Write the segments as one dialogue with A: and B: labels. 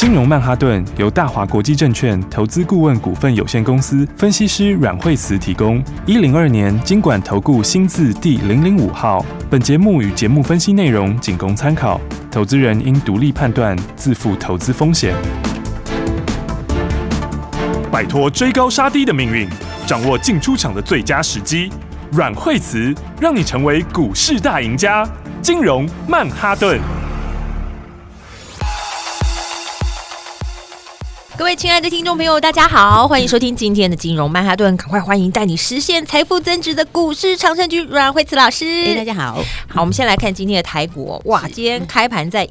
A: 金融曼哈顿由大华国际证券投资顾问股份有限公司分析师阮惠慈提供。102年金管投顾新字第005号。本节目与节目分析内容仅供参考，投资人应独立判断，自负投资风险。摆脱追高杀低的命运，掌握进出场的最佳时机。阮惠慈让你成为股市大赢家。金融曼哈顿。
B: 各位亲爱的听众朋友，大家好，欢迎收听今天的金融曼哈顿，赶快欢迎带你实现财富增值的股市常胜军阮惠慈老师。
C: 大家好。
B: 好，我们先来看今天的台股哇，今天开盘在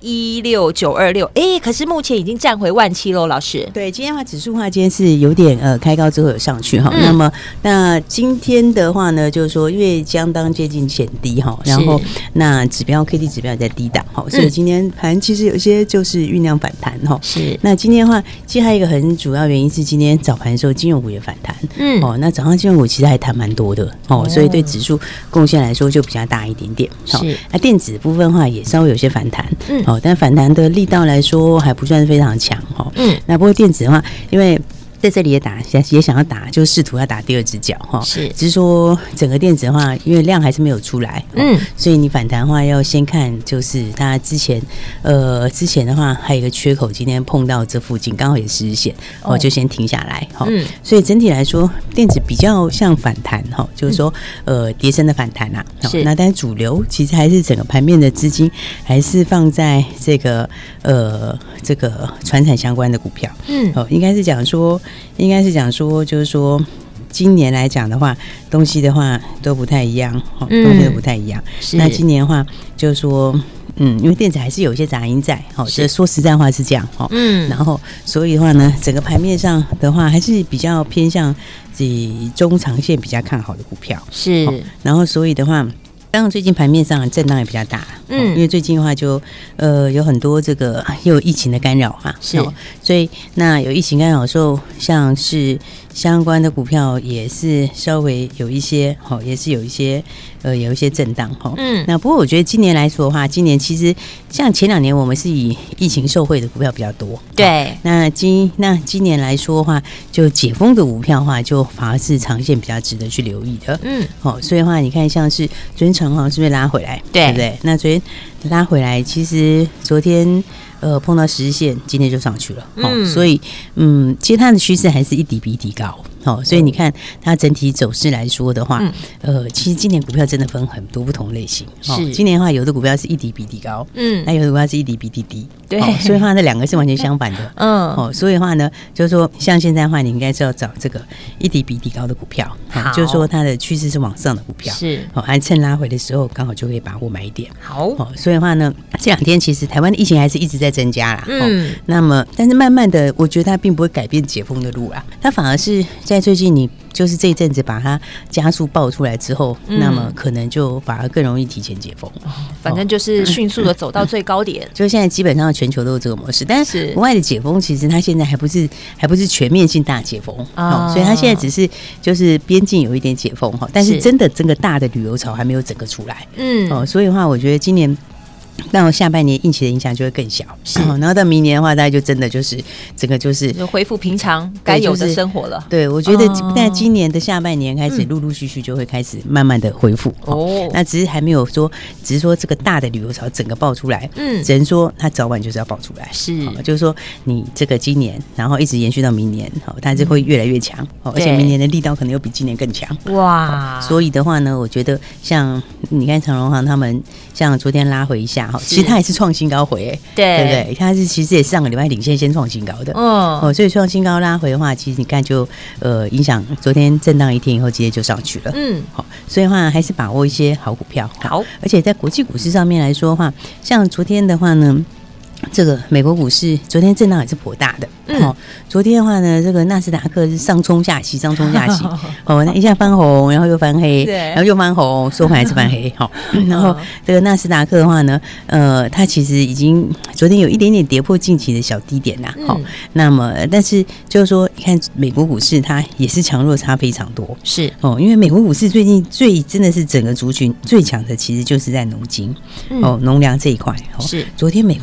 B: 16926，可是目前已经站回17000喽，老师。
C: 对，今天的话指数的话，今天是有点开高之后有上去哈。那今天的话呢，就是说因为相当接近前低哈，然后那指标 KD 指标也在低档哈，所以今天盘其实有些就是酝酿反弹哈。
B: 是。
C: 那今天的话，其实还有一个很主要原因是今天早盘的时候金融股也反弹，那早上金融股其实还谈蛮多的所以对指数贡献来说就比较大一点点。
B: 是。
C: 那电子部分的话也稍微有些反弹，但反弹的力道来说还不算非常强那不过电子的话，因为在这里也想要打，就试图要打第二只脚
B: 是，
C: 只是说整个电子的话，因为量还是没有出来，所以你反弹的话要先看，就是它之前的话还有一个缺口，今天碰到这附近刚好也是日线，就先停下来所以整体来说，电子比较像反弹就是说跌升的反弹啊，那但是主流其实还是整个盘面的资金还是放在这个传产相关的股票，应该是讲说，就是说，今年来讲的话，东西的话都不太一样，东西都不太一样。那今年的话，就是说，因为电子还是有一些杂音在，这说实在话是这样，然后所以的话呢，整个盘面上的话，还是比较偏向以中长线比较看好的股票，
B: 是。
C: 然后所以的话。当然，最近盘面上震荡也比较大，因为最近的话就有很多这个又有疫情的干扰嘛，
B: 是，
C: 所以那有疫情干扰的时候，像是相关的股票也是稍微有一些也是有一些震荡那不过我觉得今年来说的话，今年其实像前2年我们是以疫情受惠的股票比较多，
B: 对，
C: 那今年来说的话，就解封的股票的话，就反而是长线比较值得去留意的，所以的话你看像是昨天长航是不是拉回来，对不对？那昨天拉回来，其实昨天碰到10日线，今天就上去了，所以其实它的趋势还是一底比一底高，所以你看它整体走势来说的话，其实今年股票真的分很多不同类型，今年的话有的股票是一底比一底高，那有的股票是一底比一底低，对，所以的话那两个是完全相反的，所以的话呢，就是说像现在的话，你应该是要找这个一底比一底高的股票，就是说它的趋势是往上的股票，是，还趁拉回的时候刚好就可以把握买一点，好，所以的话呢，这2天其实台湾的疫情还是一直在增加啦，那么但是慢慢的，我觉得它并不会改变解封的路啦，它反而是在最近你就是这一阵子把它加速爆出来之后，那么可能就反而更容易提前解封，
B: 反正就是迅速的走到最高点，
C: 就现在基本上全球都有这个模式，但是国外的解封其实它现在还不是全面性大解封，所以它现在只是就是边境有一点解封，但是真的整个大的旅游潮还没有整个出来，所以的话，我觉得今年到下半年疫情的影响就会更小，然后到明年的话，大概就真的就是整个就是
B: 恢复平常该有的生活了。
C: 对，我觉得在今年的下半年开始，陆陆续续就会开始慢慢的恢复。那只是还没有说，只是说这个大的旅游潮整个爆出来，只能说它早晚就是要爆出来。是，就是说你这个今年，然后一直延续到明年，它就会越来越强，而且明年的力道可能又比今年更强。哇！所以的话呢，我觉得像你看长荣航他们，像昨天拉回一下。其实它也是创新高回，对不对？它是其实也是上个礼拜领先创新高的，所以创新高拉回的话，其实你看就影响昨天震荡1天以后，直接就上去了，好，所以的话还是把握一些好股票，好，而且在国际股市上面来说的话，像昨天的话呢。这个美国股市昨天震荡也是颇大的，昨天的话呢，这个纳斯达克是上冲下洗，那一下翻红，然后又翻黑，然后又翻红，收盘还是翻黑，然后这个纳斯达克的话呢，它其实已经昨天有一点点跌破近期的小低点啦，那么但是就是说，你看美国股市它也是强弱差非常多，是因为美国股市最近真的是整个族群最强的，其实就是在农金农粮这一块，是昨天美国股市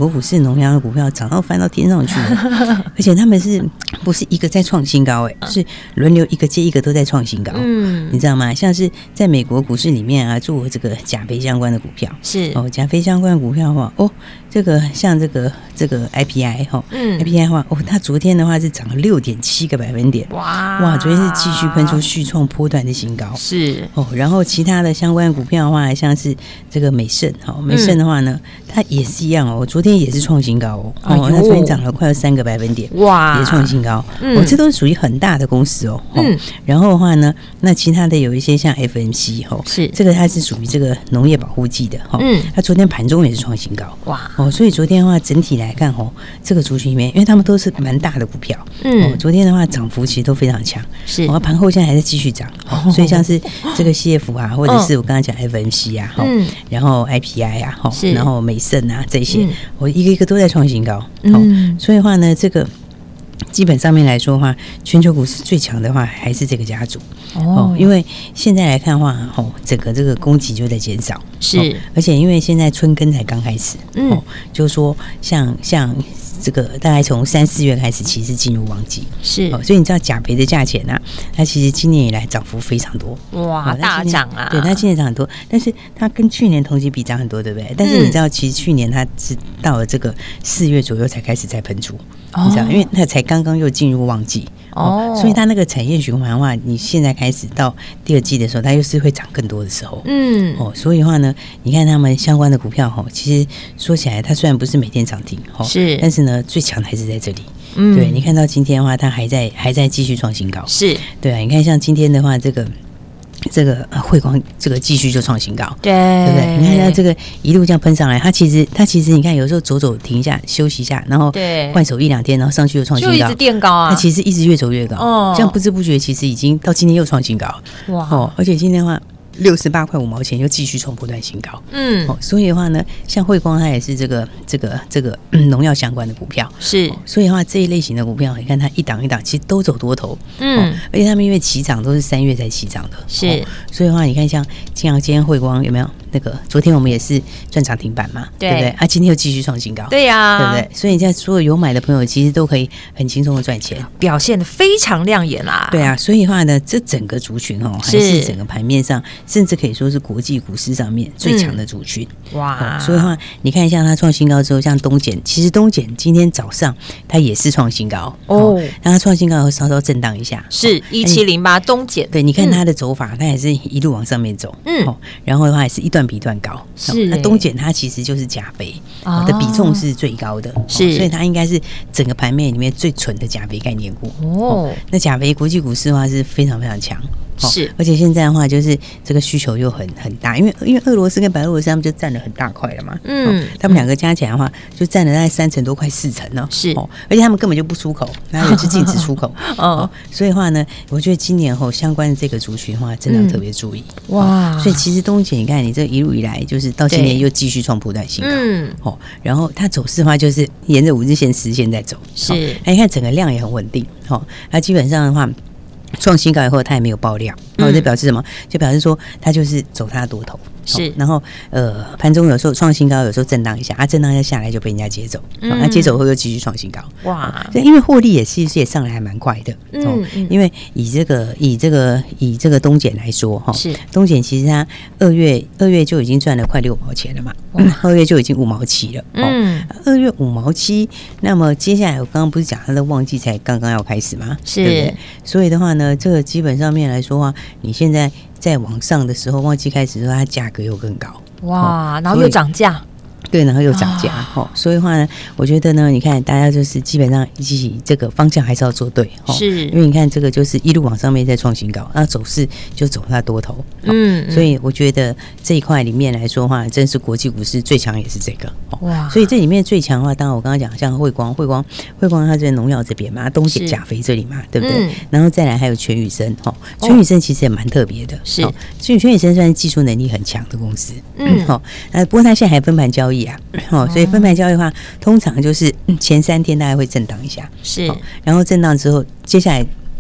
C: 农粮的股票涨到翻到天上去了，而且他们是不是一个在创新高？是轮流一个接一个都在创新高。你知道吗？像是在美国股市里面啊，做这个钾肥相关的股票
B: 是
C: 钾肥相关的股票的话，这个像这个 IPI IPI 的话，它昨天的话是涨了6.7个百分点，哇，昨天是继续喷出续创波段的新高，
B: 是
C: 然后其他的相关股票的话，像是这个美盛美盛的话呢，它也是一样昨天也是创新高它昨天涨了快要3个百分点，哇，也创新高，这都是属于很大的公司然后的话呢，那其他的有一些像 FMC
B: 是
C: 这个它是属于这个农业保护剂的它昨天盘中也是创新高，哇所以昨天的话整体来看这个族群里面，因为他们都是蛮大的股票，昨天的话涨幅其实都非常强，
B: 是
C: 盘后现在还在继续涨，所以像是这个 CF 啊，或者是我刚刚讲 FMC 啊，然后 IPI 啊，然后美盛啊这些，我一个一个都在创新高，所以的话呢，这个基本上面来说的话，全球股市最强的话还是这个家族因为现在来看的话整个这个供给就在减少，
B: 是
C: 而且因为现在春耕才刚开始，就是说像这个大概从3、4月开始，其实进入旺季，
B: 是
C: 所以你知道钾肥的价钱啊，它其实今年以来涨幅非常多，
B: 哇，大涨啊！
C: 对，它今年涨很多，但是它跟去年同期比涨很多，对不对？但是你知道，其实去年它是到了这个4月左右才开始在喷出，你知道，因为它才刚刚又进入旺季。所以它那个产业循环的话，你现在开始到第2季的时候，它又是会涨更多的时候。所以的话呢，你看他们相关的股票其实说起来，它虽然不是每天涨停
B: 是，
C: 但是呢，最强的还是在这里。对，你看到今天的话，它还在继续创新高。
B: 是，
C: 对啊，你看像今天的话，这个汇光这个继续就创新高，
B: 对
C: 不对？你看它这个一路这样喷上来，它其实你看有时候走停一下休息一下，然后换手1-2天，然后上去又创新高，
B: 就一直垫高啊。
C: 它其实一直越走越高，这样不知不觉其实已经到今天又创新高，哇！而且今天的话68块5毛钱又继续冲波段新高，所以的话呢，像汇光它也是这个农药相关的股票，是，所以的话这一类型的股票，你看它一档一档其实都走多头，而且他们因为起涨都是3月才起涨的，是，所以的话你看像今天汇光有没有那个昨天我们也是赚涨停板嘛，对不对？今天又继续创新高，
B: 对呀，
C: 对不对？所以现在所有有买的朋友其实都可以很轻松的赚钱，
B: 表现得非常亮眼啦。
C: 对啊，所以的话呢，这整个族群还是整个盘面上，甚至可以说是国际股市上面最强的族群。哇！所以的话，你看像它创新高之后，像东碱，其实东碱今天早上它也是创新高那它创新高后稍稍震荡一下，
B: 是1708东碱。
C: 对，你看它的走法，它也是一路往上面走，然后的话也是一段比一段高。是，那东碱它其实就是钾肥的比重是最高的，是，所以它应该是整个盘面里面最纯的钾肥概念股。那钾肥国际股市的话是非常非常强。是，而且现在的话，就是这个需求又很大，因为俄罗斯跟白俄罗斯他们就占了很大块了嘛，他们两个加起来的话，就占了大概3成多，快4成了，是，而且他们根本就不出口，然后也是禁止出口，所以的话呢，我觉得今年相关的这个族群的话，真的要特别注意，哇，所以其实东碱，你看你这一路以来，就是到今年又继续创波段新高，然后它走势的话，就是沿着5日线、10日线在走，是，你看整个量也很稳定，它基本上的话。创新高以后，它也没有爆量，这表示什么？就表示说它就是走它的多头，是。然后盘中有时候创新高，有时候震荡一下，震荡一下下来就被人家接走，那接走后又继续创新高，哇！因为获利也上来还蛮快的，因为以这个东碱来说，是东碱其实它2月就已经赚了快6毛钱了嘛，2月就已经5毛7了，2月5毛7，那么接下来我刚刚不是讲它的旺季才刚刚要开始吗？是，对不对？所以的话呢，这个基本上面来说啊，你现在在往上的时候，旺季开始的时候，它价格又更高，哇，
B: 然后又涨价。
C: 对，然后又涨价，所以的话呢，我觉得呢，你看大家就是基本上一起这个方向还是要做对，是，因为你看这个就是一路往上面在创新高，那走势就走它多头，所以我觉得这一块里面来说的话，真是国际股市最强也是这个，哇，所以这里面最强的话，当然我刚刚讲像汇光它在农药这边嘛，东碱钾肥这里嘛，对不对？然后再来还有全宇生，全宇生其实也蛮特别的，是，所以全宇生算是技术能力很强的公司，不过它现在还分盘交易。所以分盘交易的话，通常就是前3天大概会震荡一下，是，然后震荡之后，接下来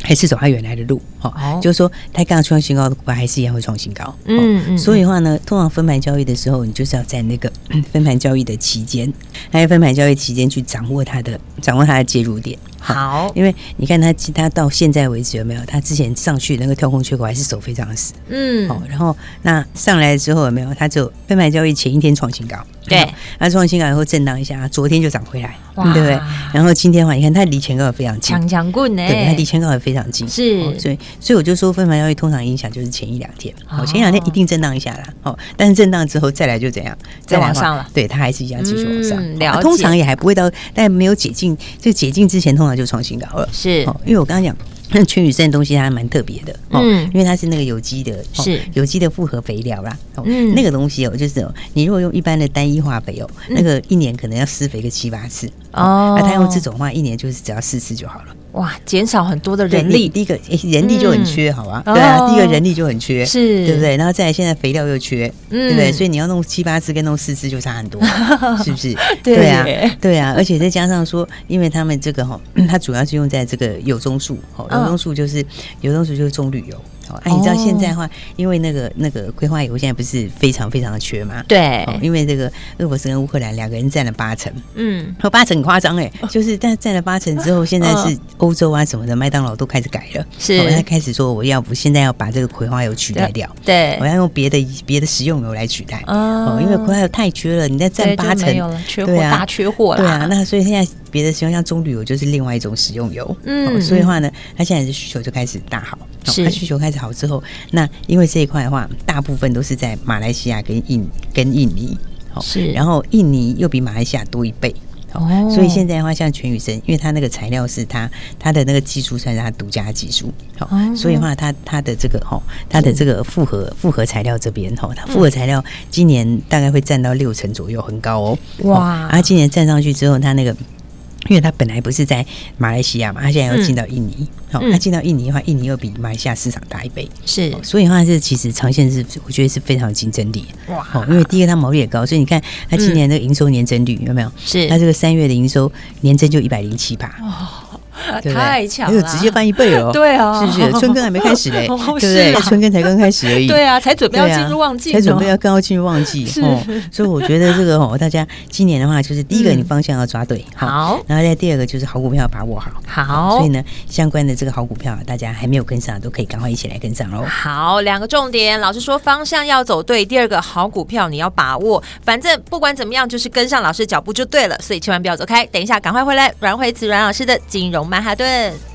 C: 还是走它原来的路，就是说它刚刚创新高的股票还是一样会创新高，所以的话呢，通常分盘交易的时候，你就是要在那个分盘交易的期间，还有分盘交易期间去掌握它的介入点。
B: 好，
C: 因为你看它到现在为止有没有？它之前上去那个跳空缺口还是守非常死，然后那上来之后有没有？它只有分盘交易前一天创新高，
B: 对，
C: 它创新高以后震荡一下，昨天就涨回来，对不对？然后今天的话，你看它离前高也非常近，
B: 强棍呢，
C: 对，它离前高也非常近，
B: 是，
C: 所以我就说分盘交易通常影响就是前一两天，前一两天一定震荡一下啦，但是震荡之后再来就怎样？
B: 再往上了，
C: 对，它还是一样继续往上，
B: 了解，
C: 通常也还不会到，但没有解禁，就解禁之前通常就创新高了，
B: 是，
C: 因为我刚刚讲。那全宇生的东西它还蛮特别的，因为它是那个有机的，
B: 是
C: 有机的复合肥料啦，那个东西就是你如果用一般的单一化肥那个一年可能要施肥个7、8次，那它用这种话一年就是只要4次就好了。
B: 哇，减少很多的人力。
C: 第一个人力就很缺，好吧？对啊，第一个人力就很缺，是，对不对？然后再来现在肥料又缺，对不对？所以你要弄7、8次跟弄4次就差很多，是不是？对啊，对啊，而且再加上说，因为他们这个它主要是用在这个有棕树，有棕树就是种旅游。你知道现在的话，因为那个葵花油现在不是非常非常的缺吗？
B: 对，
C: 因为这个俄罗斯跟乌克兰两个人占了8成，8成很夸张就是但占了8成之后，现在是欧洲啊什么的麦当劳都开始改了，是，他开始说现在要把这个葵花油取代掉，对，我要用别的食用油来取代，因为葵花油太缺了，你再占8成，
B: 缺货大缺货了，
C: 对啊，那所以现在别的食用像棕榈油就是另外一种食用油，所以的话呢，它现在的需求就开始大好，它需求开始好之后，那因为这一块的话，大部分都是在马来西亚跟印尼，是，然后印尼又比马来西亚多1倍。所以现在的话，像全宇生，因为它那个材料是它的那个技术算是它独家技术，所以的话它的这个复合材料这边它复合材料今年大概会占到6成左右，很高哦。哇！然后今年站上去之后，它那个。因为它本来不是在马来西亚嘛，它现在要进到印尼，它进到印尼的话，印尼又比马来西亚市场大1倍，是，所以的话，这其实长线是我觉得是非常有竞争力。哇！因为第一个它毛利也高，所以你看它今年的营收年增率有没有？是，它这个3月的营收年增就107%。
B: 太强了，
C: 直接翻1倍了，对啊，是不是？春耕还没开始嘞，对不对？春耕才刚开始而已，对
B: 啊，才准备要进入旺季，
C: 才准备要刚要进入旺季，所以我觉得这个大家今年的话，就是第一个你方向要抓对，好，然后再第二个就是好股票把握好，好，所以呢，相关的这个好股票，大家还没有跟上，都可以赶快一起来跟上喽。
B: 好，2个重点，老师说方向要走对，第二个好股票你要把握，反正不管怎么样，就是跟上老师的脚步就对了，所以千万不要走开，等一下赶快回来，阮慧慈阮老师的金融曼哈顿。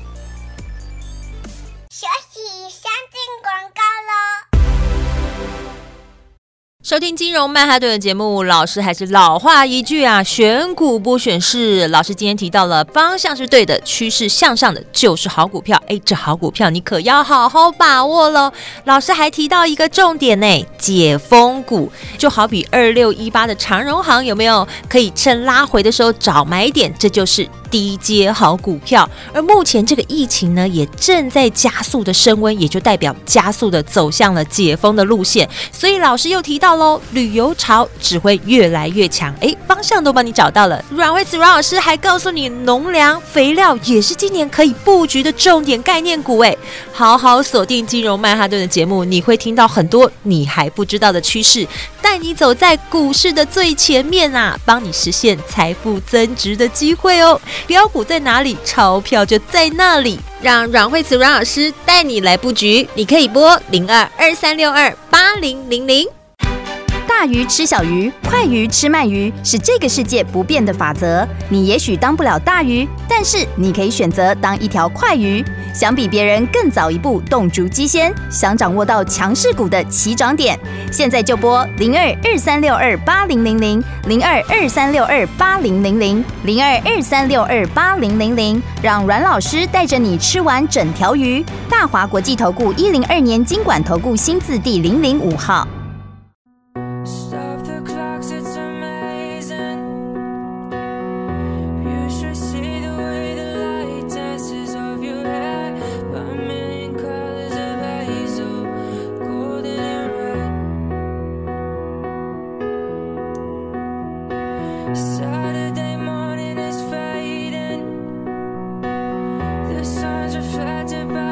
D: 休息，先进广告咯。
B: 收听金融曼哈顿的节目，老师还是老话一句啊，选股不选市。老师今天提到了方向是对的，趋势向上的就是好股票。这好股票你可要好好把握咯。老师还提到一个重点解封股，就好比2618的长荣航有没有？可以趁拉回的时候找买点，这就是低阶好股票。而目前这个疫情呢，也正在加速的升温，也就代表加速的走向了解封的路线。所以老师又提到喽，旅游潮只会越来越强。方向都帮你找到了。阮慧慈阮老师还告诉你，农粮肥料也是今年可以布局的重点概念股。好好锁定金融曼哈顿的节目，你会听到很多你还不知道的趋势，带你走在股市的最前面啊，帮你实现财富增值的机会哦。标股在哪里，钞票就在那里。让阮慧慈阮老师带你来布局，你可以拨0223628000。
E: 大鱼吃小鱼，快鱼吃慢鱼，是这个世界不变的法则。你也许当不了大鱼，但是你可以选择当一条快鱼。想比别人更早一步动足机先，想掌握到强势股的起涨点，现在就拨0223628000，0223628000，0223628000，让阮老师带着你吃完整条鱼。大华国际投顾102年金管投顾新字第005号。
F: Saturday morning is fading. The sun's reflected by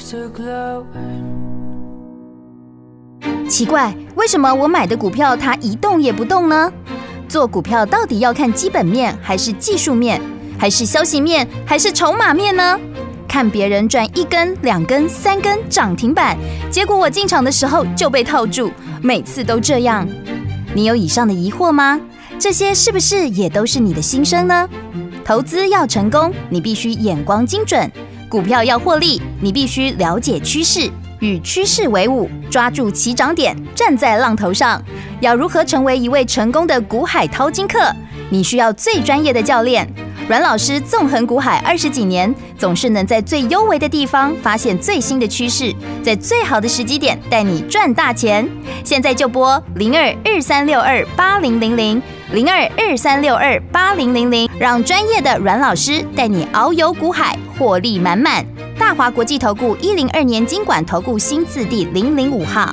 E: 奇怪，为什么我买的股票它一动也不动呢？做股票到底要看基本面，还是技术面，还是消息面，还是筹码面呢？看别人赚1根、2根、3根涨停板，结果我进场的时候就被套住，每次都这样。你有以上的疑惑吗？这些是不是也都是你的心声呢？投资要成功，你必须眼光精准；股票要获利，你必须了解趋势，与趋势为伍，抓住起涨点，站在浪头上。要如何成为一位成功的股海淘金客？你需要最专业的教练。阮老师纵横股海20几年，总是能在最幽微的地方发现最新的趋势，在最好的时机点带你赚大钱。现在就拨02-2362-8000，02-2362-8000，让专业的阮老师带你遨游股海，获利满满。大华国际投顾102年金管投顾新字第005号。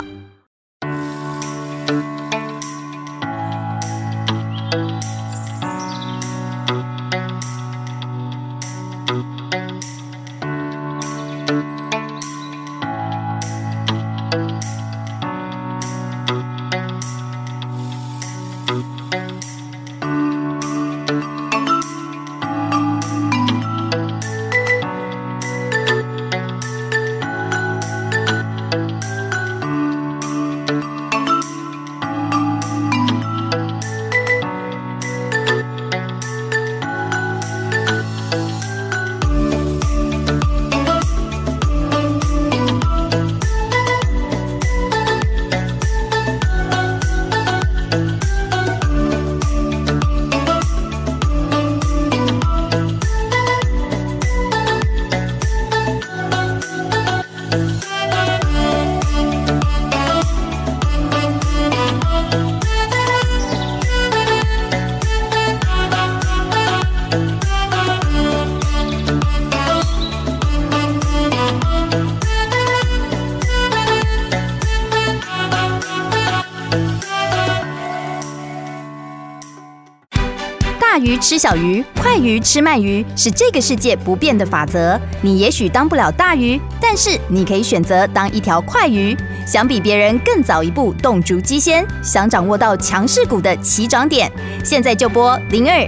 E: 大鱼吃小鱼，快鱼吃慢鱼，是这个世界不变的法则。你也许当不了大鱼，但是你可以选择当一条快鱼。想比别人更早一步动足机先，想掌握到强势股的起涨点，现在就拨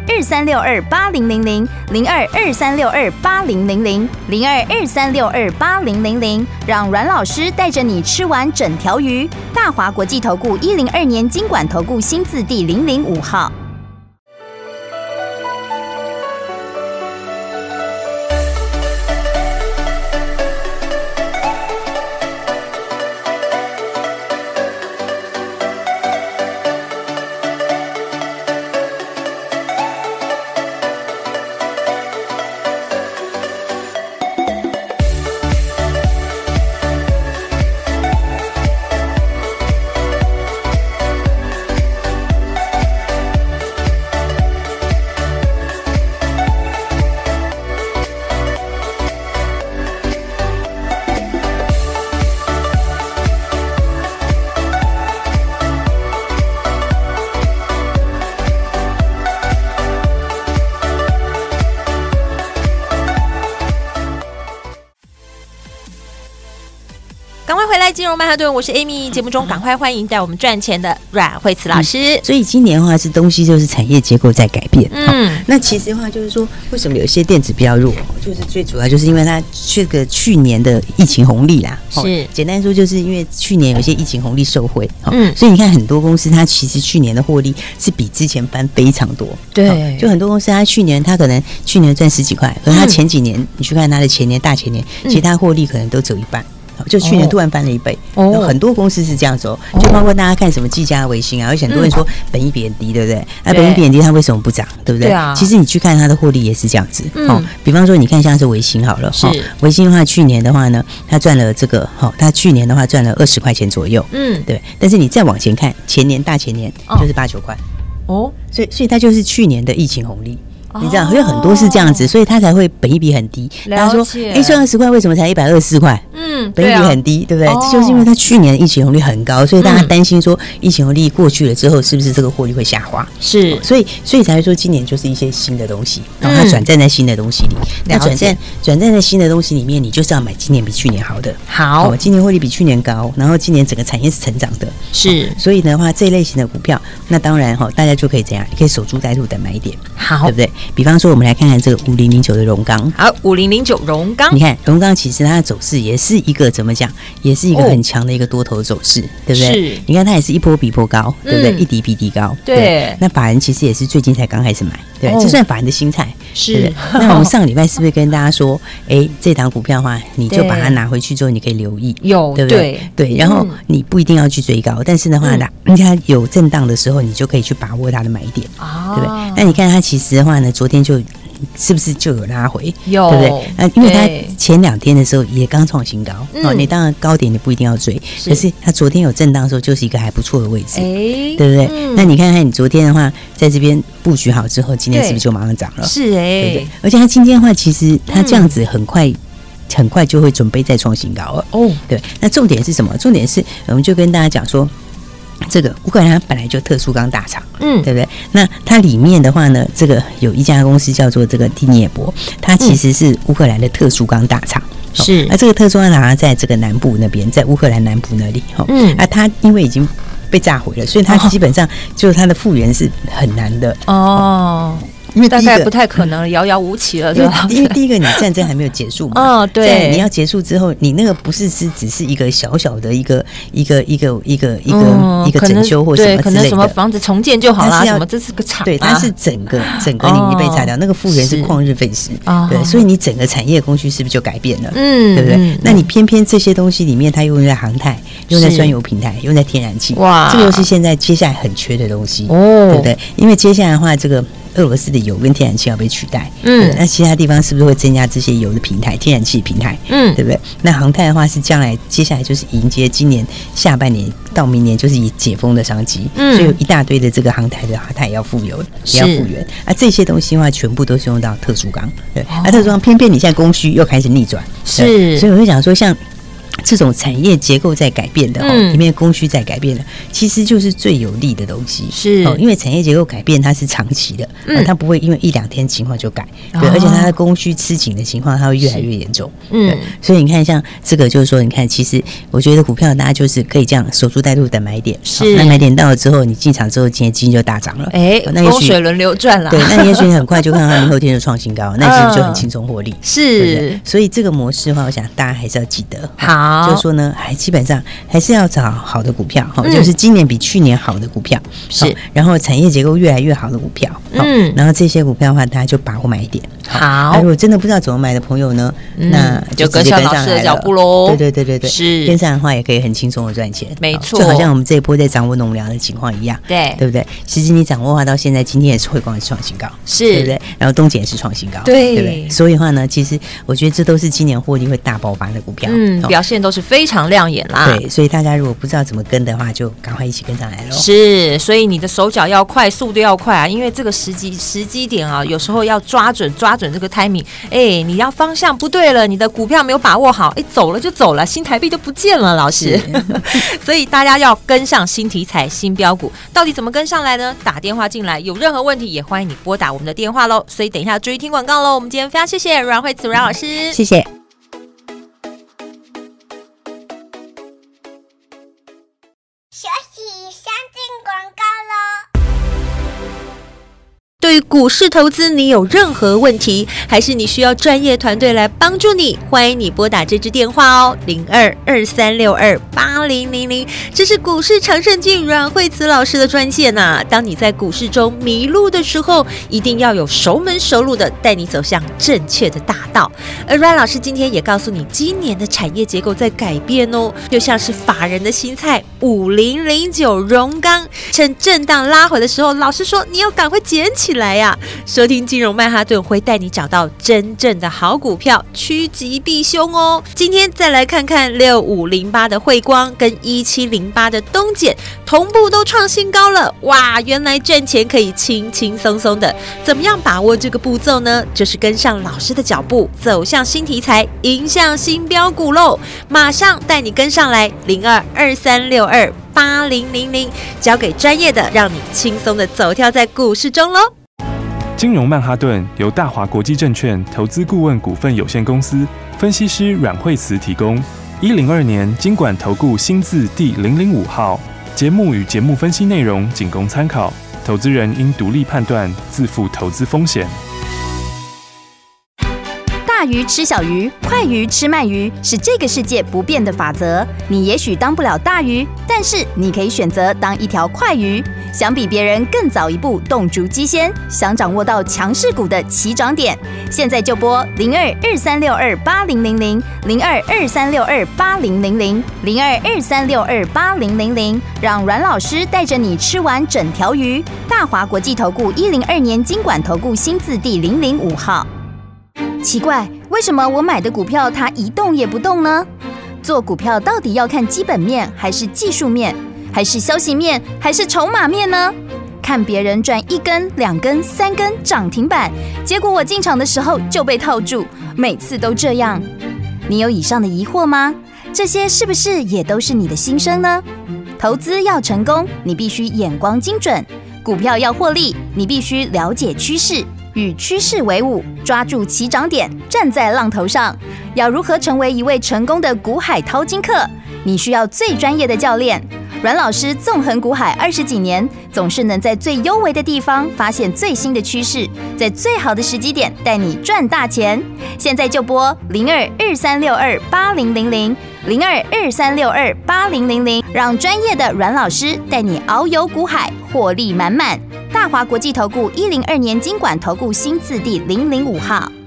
E: 02-2362-8000，02-2362-8000，02-2362-8000，让阮老师带着你吃完整条鱼。大华国际投顾102年金管投顾新字第005号。
B: 赶快回来，金融曼哈顿，我是 Amy。节目中赶快欢迎带我们赚钱的阮慧慈老师。
C: 所以今年的话是东西就是产业结构在改变。那其实的话就是说，为什么有些电子比较弱？就是最主要就是因为它这个去年的疫情红利啦。是简单说，就是因为去年有些疫情红利受惠。所以你看很多公司它其实去年的获利是比之前翻非常多。对，就很多公司它去年它可能去年赚10几块，可是它前几年你去看它的前年、大前年，其实它获利可能都只有一半。就去年突然翻了1倍，有很多公司是这样子哦，就包括大家看什么技嘉、微星啊，有很多人说本益比很低，对不对？那本益比很低，它为什么不涨？对不对？其实你去看它的获利也是这样子哦。比方说，你看像是微星好了，微星的话，去年的话呢，它赚了这个它去年的话赚了20块钱左右，对。但是你再往前看，前年、大前年就是8、9块哦，所以它就是去年的疫情红利。你知道，有很多是这样子，所以它才会本益比很低。大家说，赚20块为什么才124块？ 本益比很低，对不对？就是因为它去年的溢红率很高，所以大家担心说溢红率过去了之后，是不是这个获利会下滑？
B: 是，
C: 所以才会说今年就是一些新的东西，然后它转战在新的东西里。那转战在新的东西里面，你就是要买今年比去年好的。
B: 好，
C: 今年获利比去年高，然后今年整个产业是成长的，
B: 是。
C: 所以的话，这一类型的股票，那当然大家就可以怎样？你可以守株待兔等买点，
B: 好，
C: 对不对？比方说，我们来看看这个5009的荣钢。
B: 好，5009荣钢，
C: 你看荣钢其实它的走势也是一个怎么讲？也是一个很强的一个多头走势，对不对？
B: 是。
C: 你看它也是一波比一波高，对不对？一底比一底高。
B: 对。
C: 那法人其实也是最近才刚开始买，对，这算法人的心态，
B: 是。
C: 那我们上个礼拜是不是跟大家说，这档股票的话，你就把它拿回去之后，你可以留意，对不对？对。然后你不一定要去追高，但是的话，人家有震荡的时候，你就可以去把握它的买点，对不对？那你看它其实的话呢，昨天是不是就有拉回？
B: 有，
C: 对不对？因为它前2天的时候也刚创新高，你当然高点你不一定要追，可是它昨天有震荡的时候，就是一个还不错的位置，对不对？那你看看你昨天的话，在这边布局好之后，今天是不是就马上涨了？
B: 是对不对？
C: 而且它今天的话，其实它这样子很快就会准备再创新高了。对。那重点是什么？重点是我们就跟大家讲说。这个乌克兰它本来就特殊钢大厂，对不对？那它里面的话呢，这个有一家公司叫做这个蒂涅博，它其实是乌克兰的特殊钢大厂。
B: 是，
C: 那这个特殊钢大厂在这个南部那边，在乌克兰南部那里，它因为已经被炸毁了，所以它基本上就是它的复原是很难的因为
B: 大概不太可能，遥遥无期了，对吧？
C: 因为第一个，你战争还没有结束嘛。
B: 对，
C: 你要结束之后，你那个不是只是一个小小的一个整修或什么之类的，
B: 可能什么房子重建就好啦，什么这是个厂，
C: 对，它是整个你被炸掉，那个复原是旷日费时，对，所以你整个产业供需是不是就改变了？对不对？那你偏偏这些东西里面，它用在航太，用在酸油平台，用在天然气，哇，这个又是现在接下来很缺的东西，对不对？因为接下来的话，这个俄罗斯的油跟天然气要被取代，那其他地方是不是会增加这些油的平台、天然气的平台，对不对？那航太的话是将来接下来就是迎接今年下半年到明年就是以解封的商机，所以有一大堆的这个航太也要复油，也要复原这些东西的话全部都是用到特殊钢，对，特殊钢偏偏你现在供需又开始逆转，是，所以我会讲说像。这种产业结构在改变的里面供需在改变的，其实就是最有利的东西。是因为产业结构改变它是长期的，它不会因为1-2天情况就改，对，而且它的供需吃紧的情况，它会越来越严重。所以你看，像这个就是说，你看，其实我觉得股票大家就是可以这样守株待兔等买点。是，那买点到了之后，你进场之后，今天基金就大涨了。
B: 那风水轮流转了。
C: 对，那也许你很快就看到它明后天就创新高，那是不是就很轻松获利？是，所以这个模式的话，我想大家还是要记得。好。就是说呢，基本上还是要找好的股票，就是今年比去年好的股票，是，然后产业结构越来越好的股票，然后这些股票的话，大家就把握买一点。好，如果真的不知道怎么买的朋友呢，那就跟上老师的脚步喽。对，是跟上的话也可以很轻松的赚钱，没错，就好像我们这一波在掌握农粮的情况一样，对不对？其实你掌握的话，到现在今天也是汇光也是创新高，是，对不对？然后东碱也是创新高，对不对？所以的话呢，其实我觉得这都是今年获利会大爆发的股票，
B: 表现都是非常亮眼啦。
C: 对，所以大家如果不知道怎么跟的话，就赶快一起跟上来咯。
B: 是，所以你的手脚要快，速度要快啊，因为这个时机点啊，有时候要抓准这个 timing。你要方向不对了，你的股票没有把握好，走了就走了，新台币就不见了，老师。所以大家要跟上新题材、新标股，到底怎么跟上来呢？打电话进来，有任何问题也欢迎你拨打我们的电话喽。所以等一下注意听广告喽。我们今天非常谢谢阮慧慈阮老师，
C: 谢谢。
B: 对于股市投资，你有任何问题，还是你需要专业团队来帮助你？欢迎你拨打这支电话哦，02-2362-8000，这是股市常胜军阮慧慈老师的专线呐。当你在股市中迷路的时候，一定要有熟门熟路的带你走向正确的大道。而阮老师今天也告诉你，今年的产业结构在改变哦，就像是法人的新菜5009荣钢，趁震荡拉回的时候，老师说你要赶快捡起来呀！收听金融曼哈顿会带你找到真正的好股票，趋吉避凶哦。今天再来看看6508的汇光跟1708的东碱同步都创新高了，哇！原来赚钱可以轻轻松松的，怎么样把握这个步骤呢？就是跟上老师的脚步，走向新题材，迎向新标股喽！马上带你跟上来，0223628000，交给专业的，让你轻松的走跳在股市中喽。
A: 金融曼哈顿由大华国际证券投资顾问股份有限公司分析师阮惠慈提供。102年金管投顾新字第005号。节目与节目分析内容仅供参考，投资人应独立判断，自负投资风险。
E: 大鱼吃小鱼，快鱼吃慢鱼，是这个世界不变的法则。你也许当不了大鱼，但是你可以选择当一条快鱼。想比别人更早一步动足机先，想掌握到强势股的起涨点，现在就拨0223628000，0223628000，0223628000，让阮老师带着你吃完整条鱼。大华国际投顾102年金管投顾新字第005号。奇怪，为什么我买的股票它一动也不动呢？做股票到底要看基本面，还是技术面，还是消息面，还是筹码面呢？看别人赚1根、2根、3根涨停板，结果我进场的时候就被套住，每次都这样。你有以上的疑惑吗？这些是不是也都是你的心声呢？投资要成功，你必须眼光精准；股票要获利，你必须了解趋势。与趋势为伍，抓住起涨点，站在浪头上。要如何成为一位成功的股海淘金客？你需要最专业的教练。阮老师纵横股海20几年，总是能在最优微的地方发现最新的趋势，在最好的时机点带你赚大钱。现在就拨0223628000，0223628000，让专业的阮老师带你遨游股海，获利满满。大华国际投顾102年金管投顾新字第005号。